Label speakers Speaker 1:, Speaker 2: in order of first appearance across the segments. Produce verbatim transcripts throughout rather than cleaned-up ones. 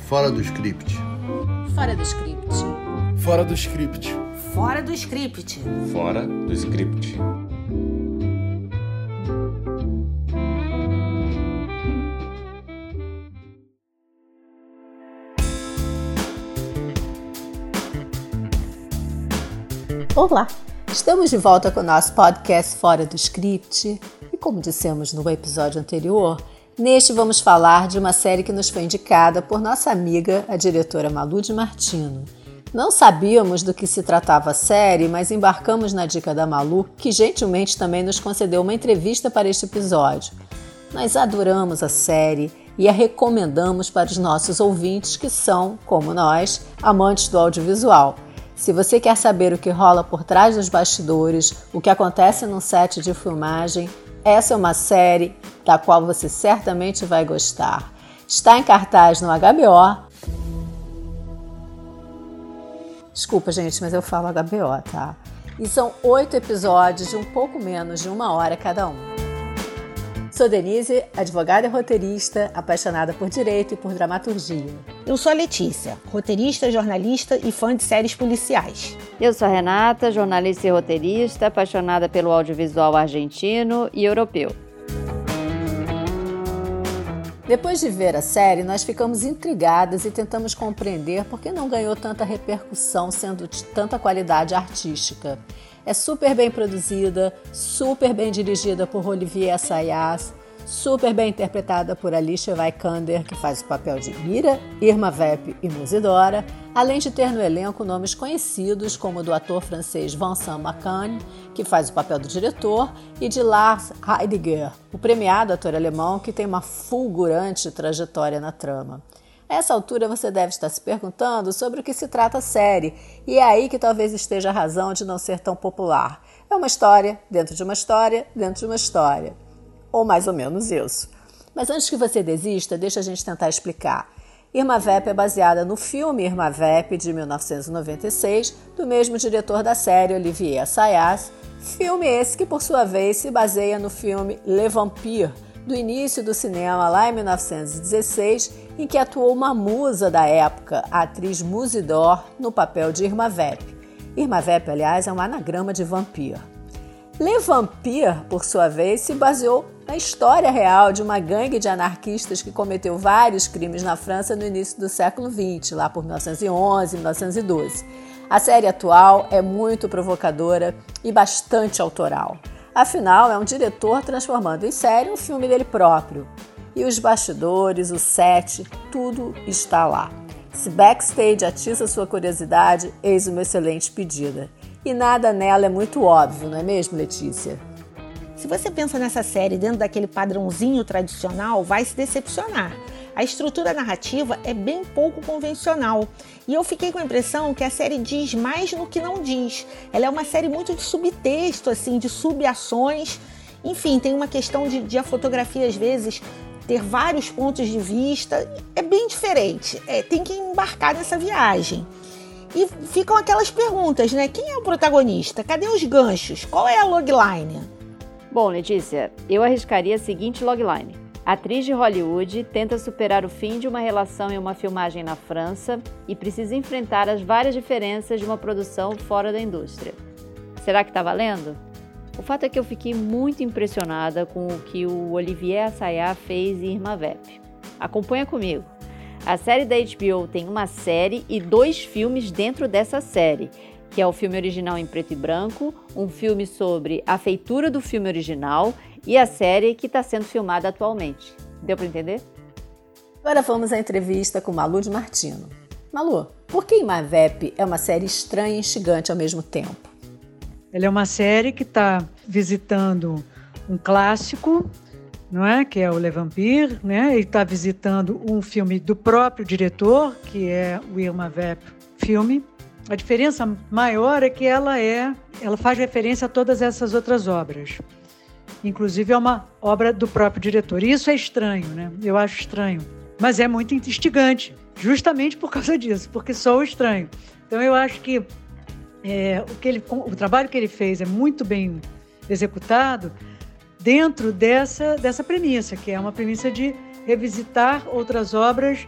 Speaker 1: Fora do script.
Speaker 2: Fora do script.
Speaker 3: Fora do script.
Speaker 2: Fora do script.
Speaker 4: Fora do script.
Speaker 2: Olá! Estamos de volta com o nosso podcast Fora do Script e, como dissemos no episódio anterior, neste vamos falar de uma série que nos foi indicada por nossa amiga, a diretora Malu de Martino. Não sabíamos do que se tratava a série, mas embarcamos na dica da Malu, que gentilmente também nos concedeu uma entrevista para este episódio. Nós adoramos a série e a recomendamos para os nossos ouvintes que são, como nós, amantes do audiovisual. Se você quer saber o que rola por trás dos bastidores, o que acontece num set de filmagem, essa é uma série da qual você certamente vai gostar. Está em cartaz no H B O. Desculpa, gente, mas eu falo H B O, tá? E são oito episódios de um pouco menos de uma hora cada um. Sou Denise, advogada e roteirista, apaixonada por direito e por dramaturgia.
Speaker 5: Eu sou a Letícia, roteirista, jornalista e fã de séries policiais.
Speaker 6: Eu sou a Renata, jornalista e roteirista, apaixonada pelo audiovisual argentino e europeu.
Speaker 2: Depois de ver a série, nós ficamos intrigadas e tentamos compreender por que não ganhou tanta repercussão, sendo de tanta qualidade artística. É super bem produzida, super bem dirigida por Olivier Assayas, super bem interpretada por Alicia Vikander, que faz o papel de Mira, Irma Vep e Musidora, além de ter no elenco nomes conhecidos como o do ator francês Vincent Macaigne, que faz o papel do diretor, e de Lars Heidegger, o premiado ator alemão que tem uma fulgurante trajetória na trama. A essa altura você deve estar se perguntando sobre o que se trata a série, e é aí que talvez esteja a razão de não ser tão popular. É uma história dentro de uma história dentro de uma história. Ou mais ou menos isso. Mas antes que você desista, deixa a gente tentar explicar. Irma Vep é baseada no filme Irma Vep, de mil novecentos e noventa e seis, do mesmo diretor da série, Olivier Assayas, filme esse que, por sua vez, se baseia no filme Le Vampire, do início do cinema lá em mil novecentos e dezesseis, em que atuou uma musa da época, a atriz Musidor, no papel de Irma Vep. Irma Vep, aliás, é um anagrama de vampiro. Le Vampire, por sua vez, se baseou na história real de uma gangue de anarquistas que cometeu vários crimes na França no início do século vinte, lá por mil novecentos e onze, mil novecentos e doze. A série atual é muito provocadora e bastante autoral. Afinal, é um diretor transformando em série um filme dele próprio. E os bastidores, o set, tudo está lá. Se backstage atiça sua curiosidade, eis uma excelente pedida. E nada nela é muito óbvio, não é mesmo, Letícia?
Speaker 5: Se você pensa nessa série dentro daquele padrãozinho tradicional, vai se decepcionar. A estrutura narrativa é bem pouco convencional. E eu fiquei com a impressão que a série diz mais no que não diz. Ela é uma série muito de subtexto, assim, de subações. Enfim, tem uma questão de, de a fotografia, às vezes, ter vários pontos de vista. É bem diferente. É, tem que embarcar nessa viagem. E ficam aquelas perguntas, né? Quem é o protagonista? Cadê os ganchos? Qual é a logline?
Speaker 6: Bom, Letícia, eu arriscaria a seguinte logline. A atriz de Hollywood tenta superar o fim de uma relação em uma filmagem na França e precisa enfrentar as várias diferenças de uma produção fora da indústria. Será que tá valendo? O fato é que eu fiquei muito impressionada com o que o Olivier Assayas fez em Irma Vep. Acompanha comigo. A série da H B O tem uma série e dois filmes dentro dessa série, que é o filme original em preto e branco, um filme sobre a feitura do filme original e a série que está sendo filmada atualmente. Deu para entender?
Speaker 2: Agora vamos à entrevista com Malu de Martino. Malu, por que Irma Vep é uma série estranha e instigante ao mesmo tempo?
Speaker 7: Ela é uma série que está visitando um clássico, não é? Que é o Le Vampire, né? E está visitando um filme do próprio diretor, que é o Irma Vep filme. A diferença maior é que ela é, ela faz referência a todas essas outras obras. Inclusive é uma obra do próprio diretor. E isso é estranho, né? Eu acho estranho. Mas é muito instigante, justamente por causa disso, porque sou estranho. Então eu acho que, é, o, que ele, o trabalho que ele fez é muito bem executado dentro dessa, dessa premissa, que é uma premissa de revisitar outras obras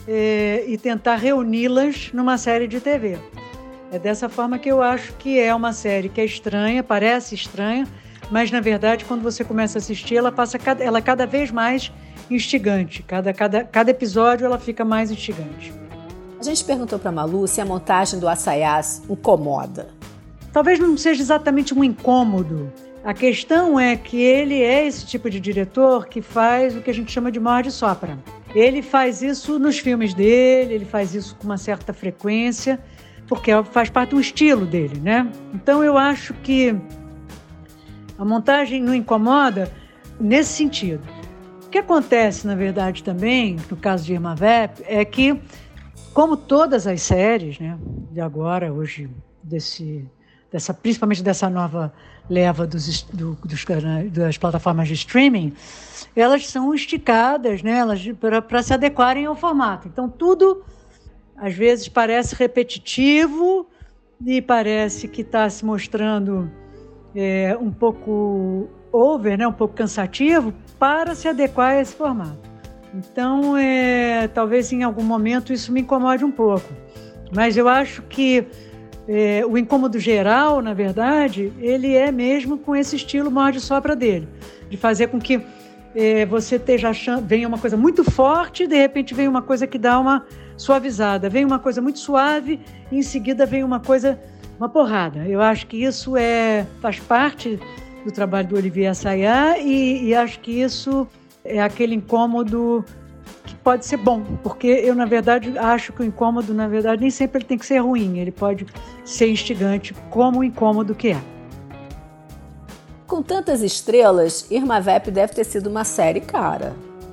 Speaker 7: é, e tentar reuni-las numa série de T V. É dessa forma que eu acho que é uma série que é estranha, parece estranha, mas na verdade quando você começa a assistir ela passa cada, ela é cada vez mais instigante. Cada, cada, cada episódio ela fica mais instigante.
Speaker 2: A gente perguntou para a Malu se a montagem do Assayas incomoda.
Speaker 7: Talvez não seja exatamente um incômodo. A questão é que ele é esse tipo de diretor que faz o que a gente chama de morde e sopra. Ele faz isso nos filmes dele, ele faz isso com uma certa frequência, porque faz parte do estilo dele, né? Então eu acho que a montagem não incomoda nesse sentido. O que acontece, na verdade, também, no caso de Irma Vep, é que, como todas as séries, né, de agora, hoje, desse, dessa, principalmente dessa nova leva dos, do, dos, das plataformas de streaming, elas são esticadas, né, para se adequarem ao formato. Então, tudo, às vezes, parece repetitivo e parece que está se mostrando é, um pouco over, né, um pouco cansativo, para se adequar a esse formato. Então, é, talvez em algum momento isso me incomode um pouco. Mas eu acho que é, o incômodo geral, na verdade, ele é mesmo com esse estilo morde e sopra dele. De fazer com que é, você esteja achando, venha uma coisa muito forte e de repente vem uma coisa que dá uma suavizada. Vem uma coisa muito suave e em seguida vem uma coisa, uma porrada. Eu acho que isso é, faz parte do trabalho do Olivier Assayas e, e acho que isso é aquele incômodo que pode ser bom, porque eu, na verdade, acho que o incômodo, na verdade, nem sempre ele tem que ser ruim, ele pode ser instigante como o incômodo que é.
Speaker 2: Com tantas estrelas, Irma Vep deve ter sido uma série cara.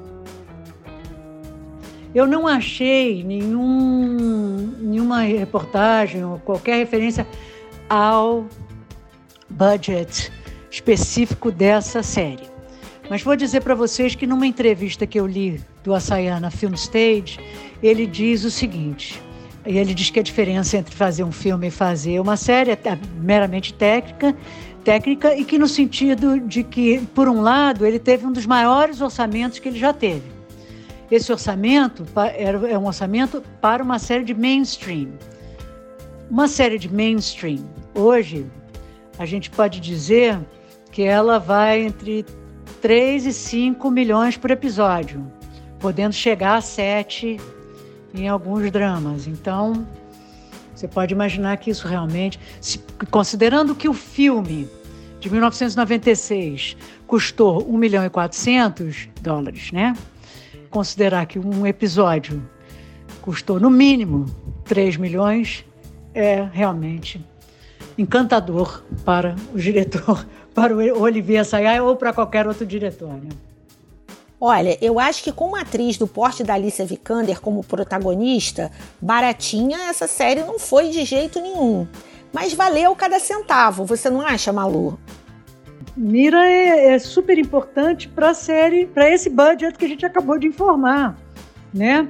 Speaker 7: Eu não achei nenhum, nenhuma reportagem ou qualquer referência ao budget específico dessa série. Mas vou dizer para vocês que numa entrevista que eu li do Assayas na Film Stage, ele diz o seguinte, ele diz que a diferença entre fazer um filme e fazer uma série é meramente técnica, técnica e que no sentido de que, por um lado, ele teve um dos maiores orçamentos que ele já teve. Esse orçamento é um orçamento para uma série de mainstream. Uma série de mainstream, hoje, a gente pode dizer que ela vai entre três e cinco milhões por episódio, podendo chegar a sete em alguns dramas. Então, você pode imaginar que isso realmente, se, considerando que o filme de mil novecentos e noventa e seis custou um milhão e quatrocentos dólares, né? Considerar que um episódio custou no mínimo três milhões, é realmente encantador para o diretor, para o Olivier Assayas ou para qualquer outro diretor, né?
Speaker 5: Olha, eu acho que com uma atriz do porte da Alicia Vikander como protagonista, baratinha essa série não foi de jeito nenhum. Mas valeu cada centavo, você não acha, Malu?
Speaker 7: Mira é, é super importante para a série, para esse budget que a gente acabou de informar, né?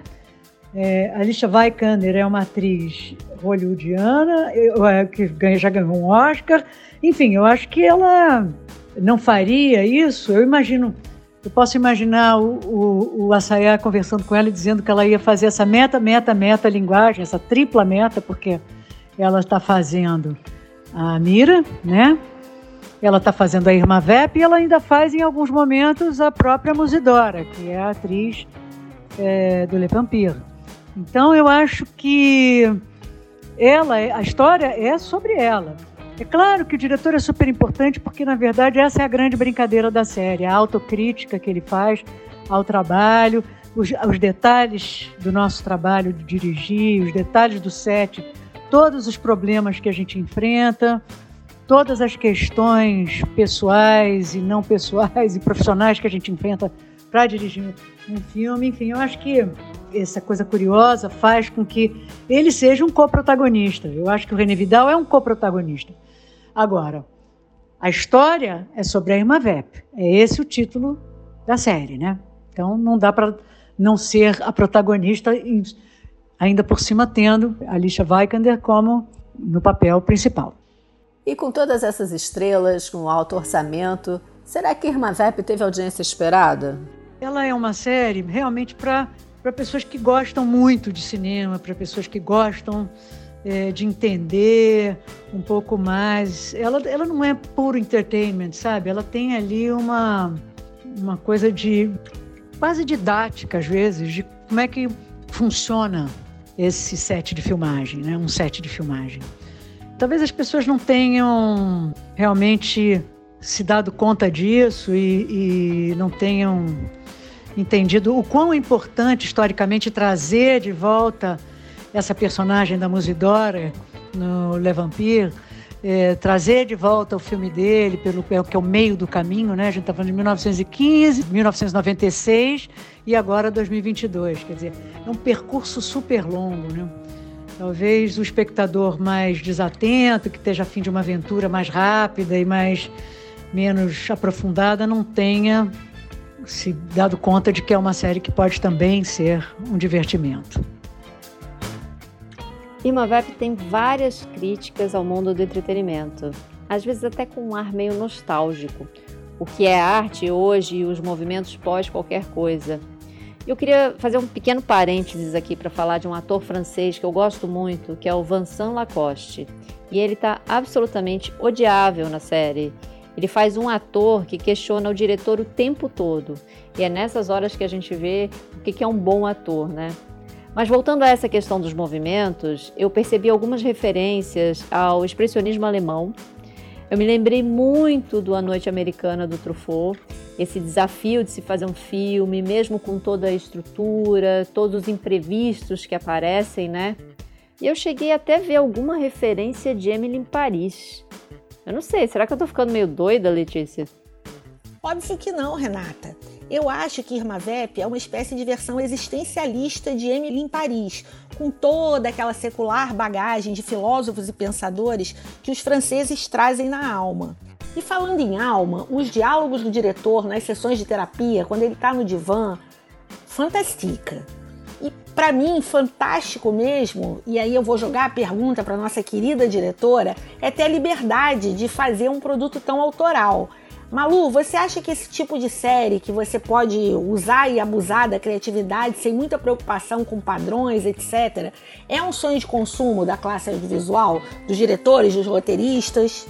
Speaker 7: É, Alicia Vikander é uma atriz hollywoodiana que já ganhou um Oscar. Enfim, eu acho que ela não faria isso. Eu imagino, eu posso imaginar o, o, o Assayas conversando com ela e dizendo que ela ia fazer essa meta, meta, meta linguagem, essa tripla meta, porque ela está fazendo a Mira, né? Ela está fazendo a Irma Vep e ela ainda faz em alguns momentos a própria Musidora, que é a atriz é, do Le Vampire. Então eu acho que ela, a história é sobre ela. É claro que o diretor é super importante porque, na verdade, essa é a grande brincadeira da série, a autocrítica que ele faz ao trabalho, os, os detalhes do nosso trabalho de dirigir, os detalhes do set, todos os problemas que a gente enfrenta, todas as questões pessoais e não pessoais e profissionais que a gente enfrenta para dirigir um filme. Enfim, eu acho que essa coisa curiosa faz com que ele seja um coprotagonista. Eu acho que o René Vidal é um coprotagonista. Agora, a história é sobre a Irma Vep. É esse o título da série, né? Então não dá para não ser a protagonista, ainda por cima tendo Alicia Vikander como no papel principal.
Speaker 2: E com todas essas estrelas, com alto orçamento, será que Irma Vep teve a audiência esperada?
Speaker 7: Ela é uma série realmente para para pessoas que gostam muito de cinema, para pessoas que gostam é, de entender um pouco mais. Ela, ela não é puro entertainment, sabe? Ela tem ali uma, uma coisa de quase didática, às vezes, de como é que funciona esse set de filmagem, né? Um set de filmagem. Talvez as pessoas não tenham realmente se dado conta disso e, e não tenham entendido o quão é importante historicamente trazer de volta essa personagem da Musidora no Le Vampire, é, trazer de volta o filme dele, pelo, que é o meio do caminho, né? A gente está falando de mil novecentos e quinze, mil novecentos e noventa e seis e agora dois mil e vinte e dois. Quer dizer, é um percurso super longo, né? Talvez o espectador mais desatento, que esteja a fim de uma aventura mais rápida e mais, menos aprofundada, não tenha se dado conta de que é uma série que pode também ser um divertimento.
Speaker 6: Irma Vep tem várias críticas ao mundo do entretenimento, às vezes até com um ar meio nostálgico. O que é arte hoje e os movimentos pós qualquer coisa. Eu queria fazer um pequeno parênteses aqui para falar de um ator francês que eu gosto muito, que é o Vincent Lacoste. E ele está absolutamente odiável na série. Ele faz um ator que questiona o diretor o tempo todo. E é nessas horas que a gente vê o que é um bom ator, né? Mas voltando a essa questão dos movimentos, eu percebi algumas referências ao expressionismo alemão. Eu me lembrei muito do A Noite Americana do Truffaut, esse desafio de se fazer um filme, mesmo com toda a estrutura, todos os imprevistos que aparecem, né? E eu cheguei até a ver alguma referência de Emily em Paris. Eu não sei, será que eu tô ficando meio doida, Letícia?
Speaker 5: Óbvio que não, Renata. Eu acho que Irma Vep é uma espécie de versão existencialista de Emily em Paris, com toda aquela secular bagagem de filósofos e pensadores que os franceses trazem na alma. E falando em alma, os diálogos do diretor nas sessões de terapia, quando ele está no divã, fantástica. E para mim, fantástico mesmo, e aí eu vou jogar a pergunta para nossa querida diretora, é ter a liberdade de fazer um produto tão autoral. Malu, você acha que esse tipo de série que você pode usar e abusar da criatividade sem muita preocupação com padrões, etcétera, é um sonho de consumo da classe audiovisual, dos diretores, dos roteiristas?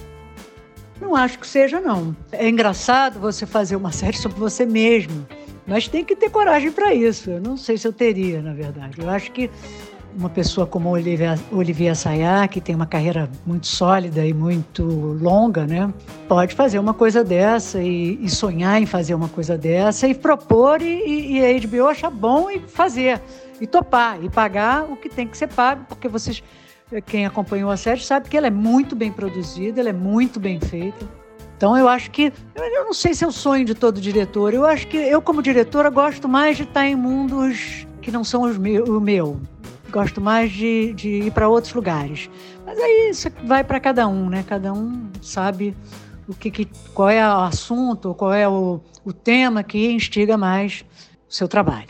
Speaker 7: Não acho que seja, não. É engraçado você fazer uma série sobre você mesmo, mas tem que ter coragem para isso. Eu não sei se eu teria, na verdade. Eu acho que uma pessoa como Olivier, Olivier Assayas, que tem uma carreira muito sólida e muito longa, né, pode fazer uma coisa dessa e, e sonhar em fazer uma coisa dessa e propor e, e a H B O achar bom e fazer, e topar, e pagar o que tem que ser pago, porque vocês, quem acompanhou a série sabe que ela é muito bem produzida, ela é muito bem feita. Então eu acho que, eu não sei se é o sonho de todo diretor, eu acho que eu como diretora gosto mais de estar em mundos que não são os meu, o meu. Gosto mais de, de ir para outros lugares. Mas aí isso vai para cada um, né? Cada um sabe o que, que, qual é o assunto, qual é o, o tema que instiga mais o seu trabalho.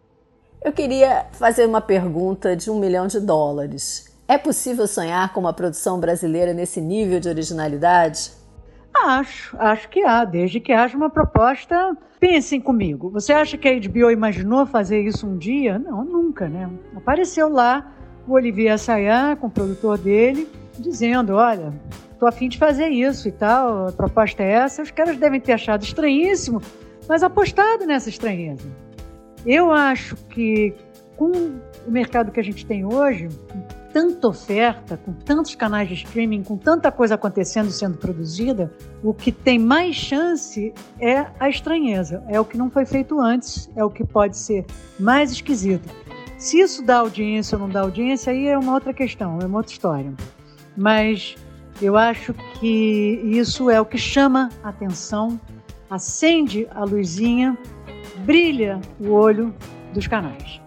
Speaker 2: Eu queria fazer uma pergunta de um milhão de dólares. É possível sonhar com uma produção brasileira nesse nível de originalidade?
Speaker 7: Acho, acho que há, desde que haja uma proposta. Pensem comigo, você acha que a H B O imaginou fazer isso um dia? Não, nunca, né? Apareceu lá o Olivier Assayas, com o produtor dele, dizendo, olha, tô a fim de fazer isso e tal, a proposta é essa. Os caras devem ter achado estranhíssimo, mas apostado nessa estranheza. Eu acho que com o mercado que a gente tem hoje, tanta oferta, com tantos canais de streaming, com tanta coisa acontecendo, sendo produzida, o que tem mais chance é a estranheza. É o que não foi feito antes, é o que pode ser mais esquisito. Se isso dá audiência ou não dá audiência, aí é uma outra questão, é uma outra história. Mas eu acho que isso é o que chama a atenção, acende a luzinha, brilha o olho dos canais.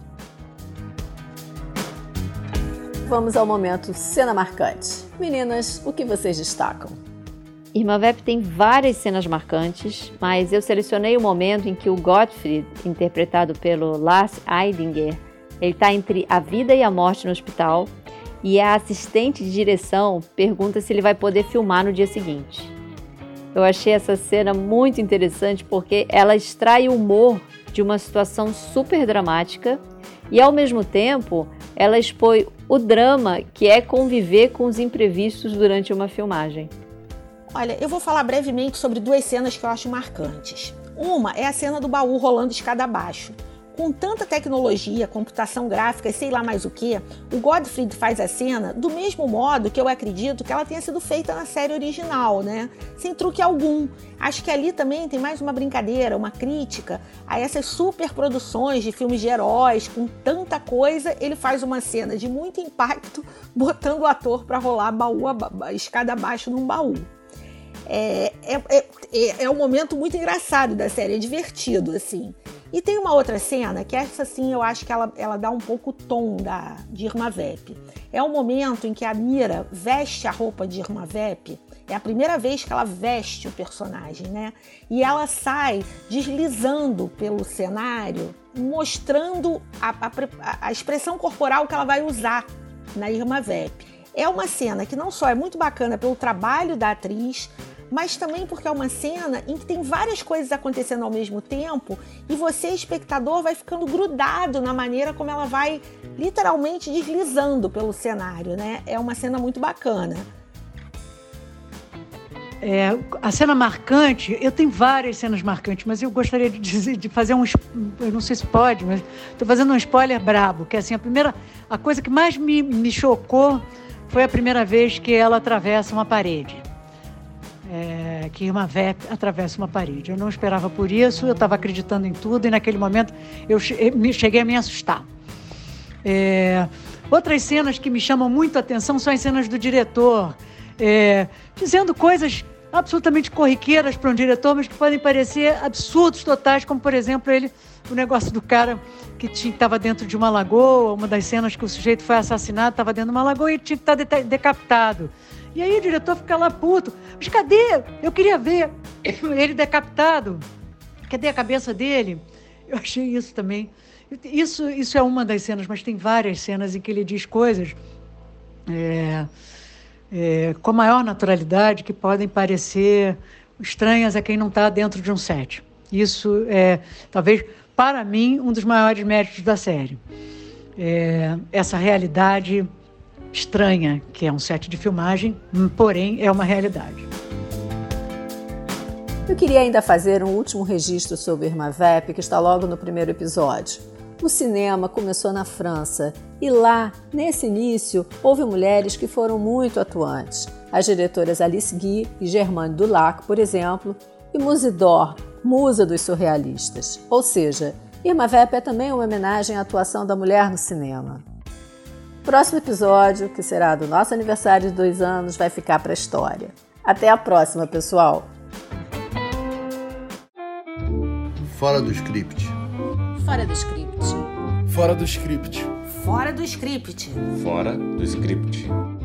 Speaker 2: Vamos ao momento cena marcante. Meninas, o que vocês destacam?
Speaker 6: Irma Vep tem várias cenas marcantes, mas eu selecionei o momento em que o Gottfried, interpretado pelo Lars Eidinger, ele está entre a vida e a morte no hospital e a assistente de direção pergunta se ele vai poder filmar no dia seguinte. Eu achei essa cena muito interessante porque ela extrai o humor de uma situação super dramática e, ao mesmo tempo, ela expõe o drama que é conviver com os imprevistos durante uma filmagem.
Speaker 5: Olha, eu vou falar brevemente sobre duas cenas que eu acho marcantes. Uma é a cena do baú rolando escada abaixo. Com tanta tecnologia, computação gráfica e sei lá mais o que, o Gottfried faz a cena do mesmo modo que eu acredito que ela tenha sido feita na série original, né? Sem truque algum. Acho que ali também tem mais uma brincadeira, uma crítica a essas superproduções de filmes de heróis, com tanta coisa, ele faz uma cena de muito impacto, botando o ator para rolar baú, a escada abaixo num baú. É, é, é, é um momento muito engraçado da série, é divertido, assim. E tem uma outra cena, que essa sim eu acho que ela, ela dá um pouco o tom da, de Irma Vep. É um momento em que a Mira veste a roupa de Irma Vep, é a primeira vez que ela veste o personagem, né? E ela sai deslizando pelo cenário, mostrando a, a, a expressão corporal que ela vai usar na Irma Vep. É uma cena que não só é muito bacana pelo trabalho da atriz, mas também porque é uma cena em que tem várias coisas acontecendo ao mesmo tempo e você, espectador, vai ficando grudado na maneira como ela vai literalmente deslizando pelo cenário, né? É uma cena muito bacana.
Speaker 7: É, a cena marcante, eu tenho várias cenas marcantes, mas eu gostaria de, dizer, de fazer um, eu não sei se pode, mas estou fazendo um spoiler brabo, que é assim, a primeira, a coisa que mais me, me chocou foi a primeira vez que ela atravessa uma parede. É, que Irma Vep atravessa uma parede. Eu não esperava por isso, eu estava acreditando em tudo e naquele momento eu cheguei a me assustar. É, outras cenas que me chamam muito a atenção são as cenas do diretor, é, dizendo coisas absolutamente corriqueiras para um diretor, mas que podem parecer absurdos totais, como, por exemplo, ele, o negócio do cara que estava dentro de uma lagoa, uma das cenas que o sujeito foi assassinado, estava dentro de uma lagoa e tinha que estar de- decapitado. E aí o diretor fica lá puto. Mas cadê? Eu queria ver ele decapitado. Cadê a cabeça dele? Eu achei isso também. Isso, isso é uma das cenas, mas tem várias cenas em que ele diz coisas é, é, com a maior naturalidade que podem parecer estranhas a quem não está dentro de um set. Isso é, talvez, para mim, um dos maiores méritos da série. É, essa realidade estranha, que é um set de filmagem, porém é uma realidade.
Speaker 2: Eu queria ainda fazer um último registro sobre Irma Vep, que está logo no primeiro episódio. O cinema começou na França e lá, nesse início, houve mulheres que foram muito atuantes. As diretoras Alice Guy e Germaine Dulac, por exemplo, e Musidor, musa dos surrealistas. Ou seja, Irma Vep é também uma homenagem à atuação da mulher no cinema. Próximo episódio, que será do nosso aniversário de dois anos, vai ficar para a história. Até a próxima, pessoal!
Speaker 3: Fora do script.
Speaker 1: Fora do script.
Speaker 3: Fora do script.
Speaker 1: Fora do script.
Speaker 4: Fora do script.